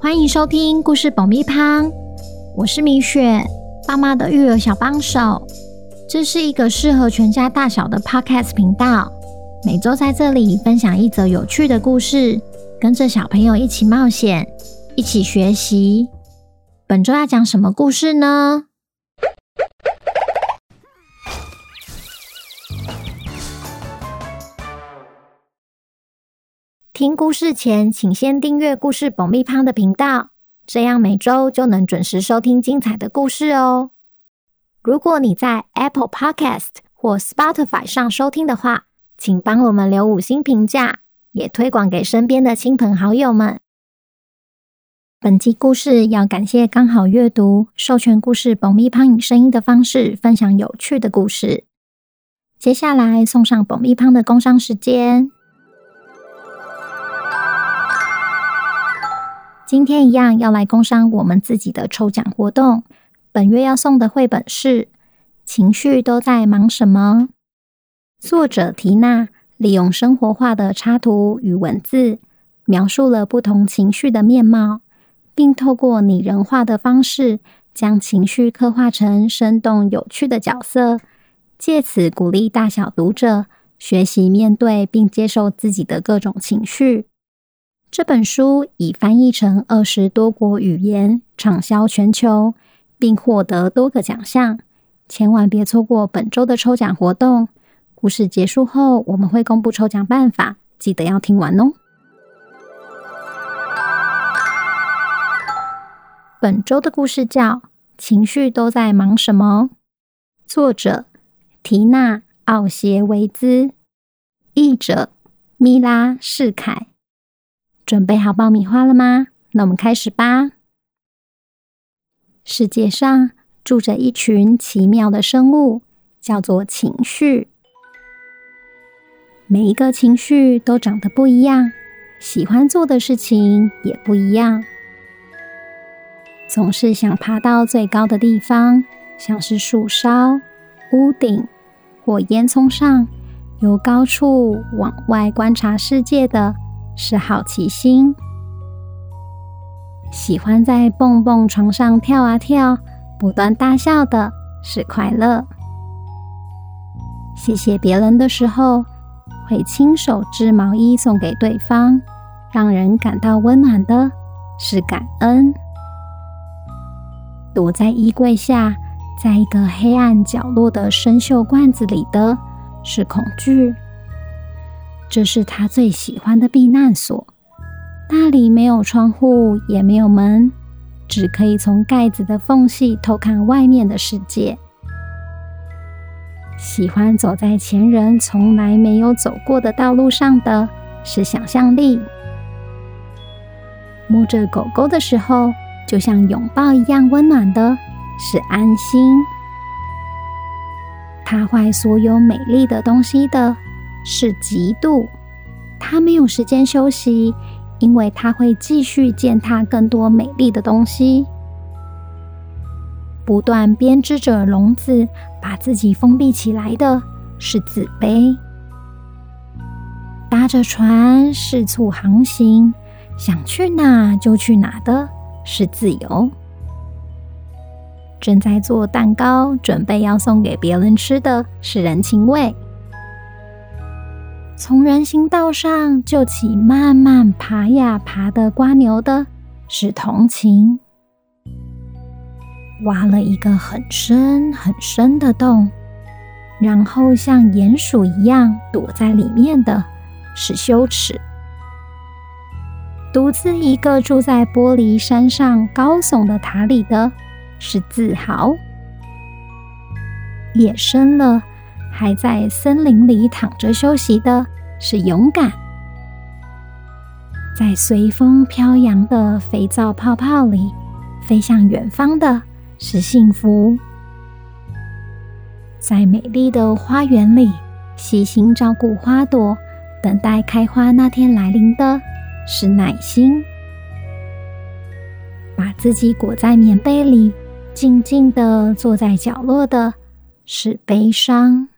欢迎收听故事爆米花，我是米雪，爸妈的育儿小帮手。这是一个适合全家大小的 Podcast 频道，每周在这里分享一则有趣的故事，跟着小朋友一起冒险，一起学习。本周要讲什么故事呢？听故事前，请先订阅故事爆米花的频道，这样每周就能准时收听精彩的故事哦。如果你在 Apple Podcast 或 Spotify 上收听的话，请帮我们留5星评价，也推广给身边的亲朋好友们。本集故事要感谢刚好阅读授权故事爆米花以声音的方式分享有趣的故事。接下来送上爆米花的工商时间。今天一样要来工商我们自己的抽奖活动。本月要送的绘本是《情绪都在忙什么》，作者缇娜利用生活化的插图与文字，描述了不同情绪的面貌，并透过拟人化的方式，将情绪刻画成生动有趣的角色，借此鼓励大小读者学习面对并接受自己的各种情绪。这本书已翻译成20多国语言，畅销全球，并获得多个奖项。千万别错过本周的抽奖活动。故事结束后，我们会公布抽奖办法，记得要听完哦。本周的故事叫《情绪都在忙什么》，作者缇娜·奥谢维兹，译者米拉·世凯。准备好爆米花了吗？那我们开始吧。世界上住着一群奇妙的生物，叫做情绪。每一个情绪都长得不一样，喜欢做的事情也不一样。总是想爬到最高的地方，像是树梢、屋顶或烟囱上，由高处往外观察世界的是好奇心。喜欢在蹦蹦床上跳啊跳，不断大笑的是快乐。谢谢别人的时候，会亲手织毛衣送给对方，让人感到温暖的是感恩。躲在衣柜下，在一个黑暗角落的生锈罐子里的是恐惧。这是他最喜欢的避难所，那里没有窗户，也没有门，只可以从盖子的缝隙偷看外面的世界。喜欢走在前人从来没有走过的道路上的是想象力。摸着狗狗的时候，就像拥抱一样温暖的是安心。踏坏所有美丽的东西的是嫉妒，他没有时间休息，因为他会继续践踏更多美丽的东西。不断编织着笼子，把自己封闭起来的是自卑。搭着船四处航行，想去哪就去哪的是自由。正在做蛋糕，准备要送给别人吃的是人情味。从人行道上就起慢慢爬呀爬的蝸牛的是同情。挖了一个很深很深的洞，然后像鼹鼠一样躲在里面的是羞耻。独自一个住在玻璃山上高耸的塔里的是自豪。夜深了，还在森林里躺着休息的是勇敢。在随风飘扬的肥皂泡泡里飞向远方的是幸福。在美丽的花园里细心照顾花朵，等待开花那天来临的是耐心。把自己裹在棉被里静静地坐在角落的是悲伤。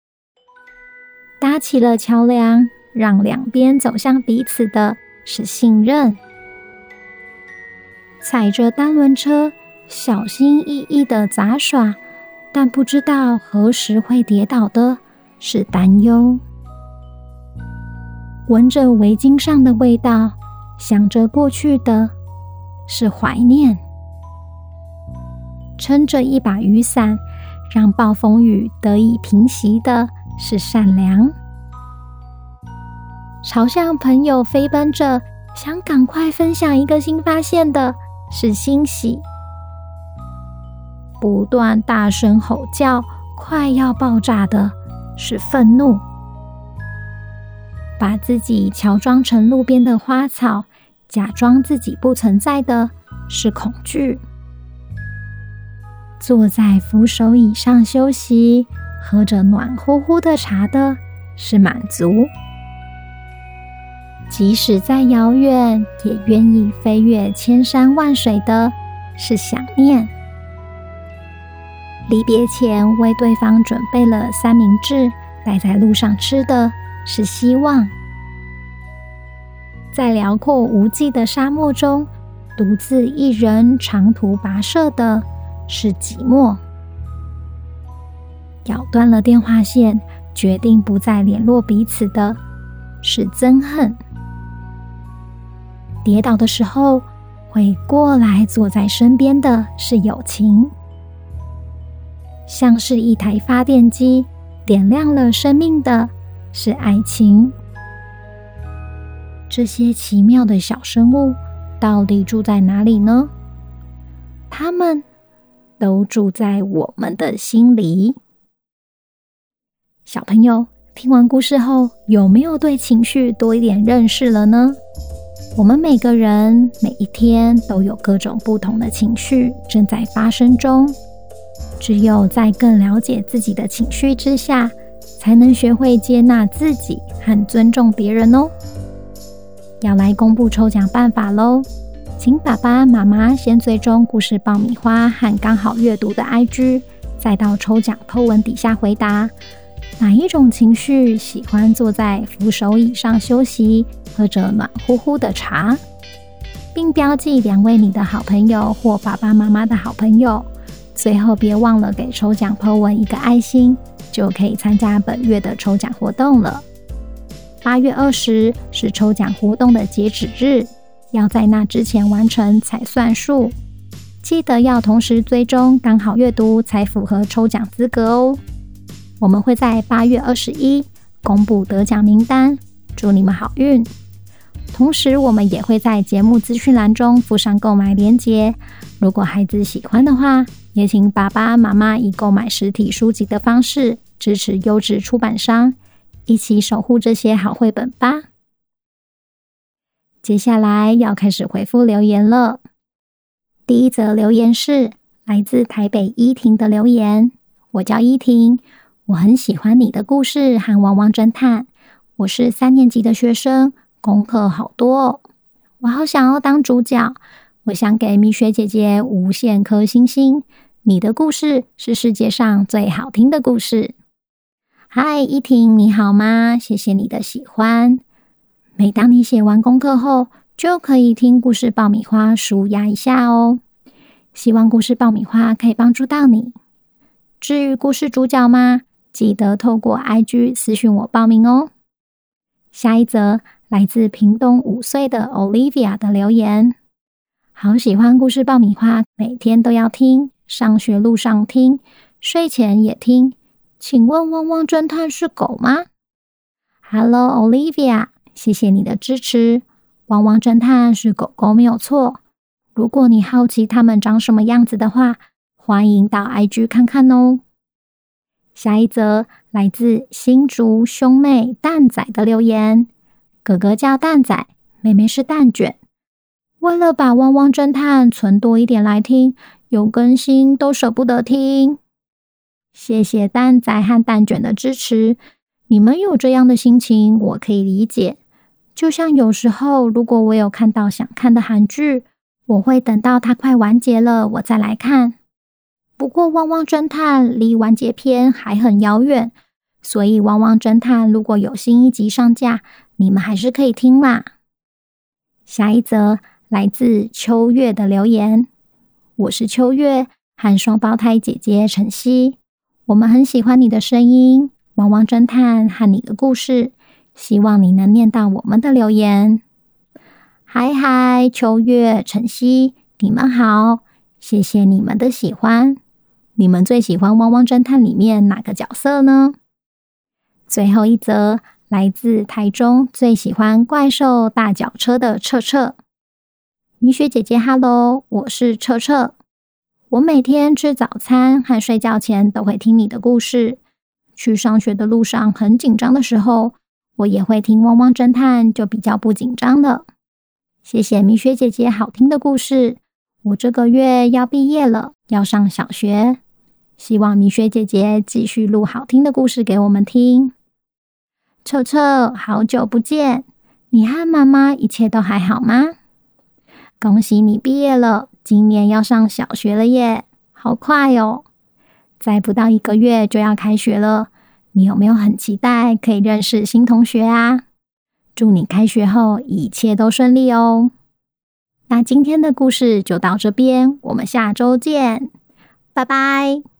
搭起了桥梁，让两边走向彼此的是信任。 踩着单轮车，小心翼翼地杂耍，但不知道何时会跌倒的是担忧。闻着围巾上的味道，想着过去的是怀念。撑着一把雨伞，让暴风雨得以平息的是善良。朝向朋友飞奔着，想赶快分享一个新发现的是欣喜。不断大声吼叫，快要爆炸的是愤怒。把自己乔装成路边的花草，假装自己不存在的是恐惧。坐在扶手椅上休息，喝着暖乎乎的茶的是满足。即使再遥远，也愿意飞越千山万水的是想念。离别前为对方准备了三明治，带在路上吃的是希望。在辽阔无际的沙漠中，独自一人长途跋涉的是寂寞。咬断了电话线，决定不再联络彼此的是憎恨。跌倒的时候，会过来坐在身边的是友情。像是一台发电机，点亮了生命的是爱情。这些奇妙的小生物到底住在哪里呢？它们都住在我们的心里。小朋友，听完故事后，有没有对情绪多一点认识了呢？我们每个人每一天都有各种不同的情绪正在发生中，只有在更了解自己的情绪之下，才能学会接纳自己和尊重别人哦。要来公布抽奖办法咯，请爸爸妈妈先追踪故事爆米花和刚好阅读的 IG， 再到抽奖po文底下回答哪一种情绪喜欢坐在扶手椅上休息，喝着暖乎乎的茶，并标记2位你的好朋友或爸爸妈妈的好朋友。最后别忘了给抽奖po文一个爱心，就可以参加本月的抽奖活动了。8月20是抽奖活动的截止日，要在那之前完成才算数。记得要同时追踪刚好阅读才符合抽奖资格哦。我们会在8月21公布得奖名单，祝你们好运。同时我们也会在节目资讯栏中附上购买链接，如果孩子喜欢的话，也请爸爸妈妈以购买实体书籍的方式支持优质出版商，一起守护这些好绘本吧。接下来要开始回复留言了。第一则留言是来自台北依婷的留言，我叫依婷，我很喜欢你的故事和汪汪侦探，我是3年级的学生，功课好多哦，我好想要当主角，我想给蜜雪姐姐无限颗星星，你的故事是世界上最好听的故事。嗨，依婷你好吗？谢谢你的喜欢。每当你写完功课后，就可以听故事爆米花抒压一下哦。希望故事爆米花可以帮助到你。至于故事主角吗？记得透过 IG 私讯我报名哦。下一则来自屏东5岁的 Olivia 的留言，好喜欢故事爆米花，每天都要听，上学路上听，睡前也听。请问汪汪侦探是狗吗？ Hello Olivia， 谢谢你的支持。汪汪侦探是狗狗没有错，如果你好奇它们长什么样子的话，欢迎到 IG 看看哦。下一则来自新竹兄妹蛋仔的留言，哥哥叫蛋仔，妹妹是蛋卷。为了把汪汪侦探存多一点来听，有更新都舍不得听。谢谢蛋仔和蛋卷的支持，你们有这样的心情，我可以理解。就像有时候，如果我有看到想看的韩剧，我会等到它快完结了，我再来看。不过汪汪侦探离完结篇还很遥远，所以汪汪侦探如果有新一集上架，你们还是可以听啦。下一则来自秋月的留言。我是秋月，和双胞胎姐姐晨曦，我们很喜欢你的声音，汪汪侦探和你的故事，希望你能念到我们的留言。嗨，秋月、晨曦，你们好，谢谢你们的喜欢。你们最喜欢汪汪侦探里面哪个角色呢？最后一则来自台中最喜欢怪兽大脚车的彻彻。米雪姐姐哈喽，我是彻彻。我每天吃早餐和睡觉前都会听你的故事。去上学的路上很紧张的时候，我也会听汪汪侦探，就比较不紧张了。谢谢米雪姐姐好听的故事。我这个月要毕业了，要上小学。希望米雪姐姐继续录好听的故事给我们听。彻彻，好久不见，你和妈妈一切都还好吗？恭喜你毕业了，今年要上小学了耶，好快哦！再不到1个月就要开学了，你有没有很期待可以认识新同学啊？祝你开学后一切都顺利哦！那今天的故事就到这边，我们下周见，拜拜。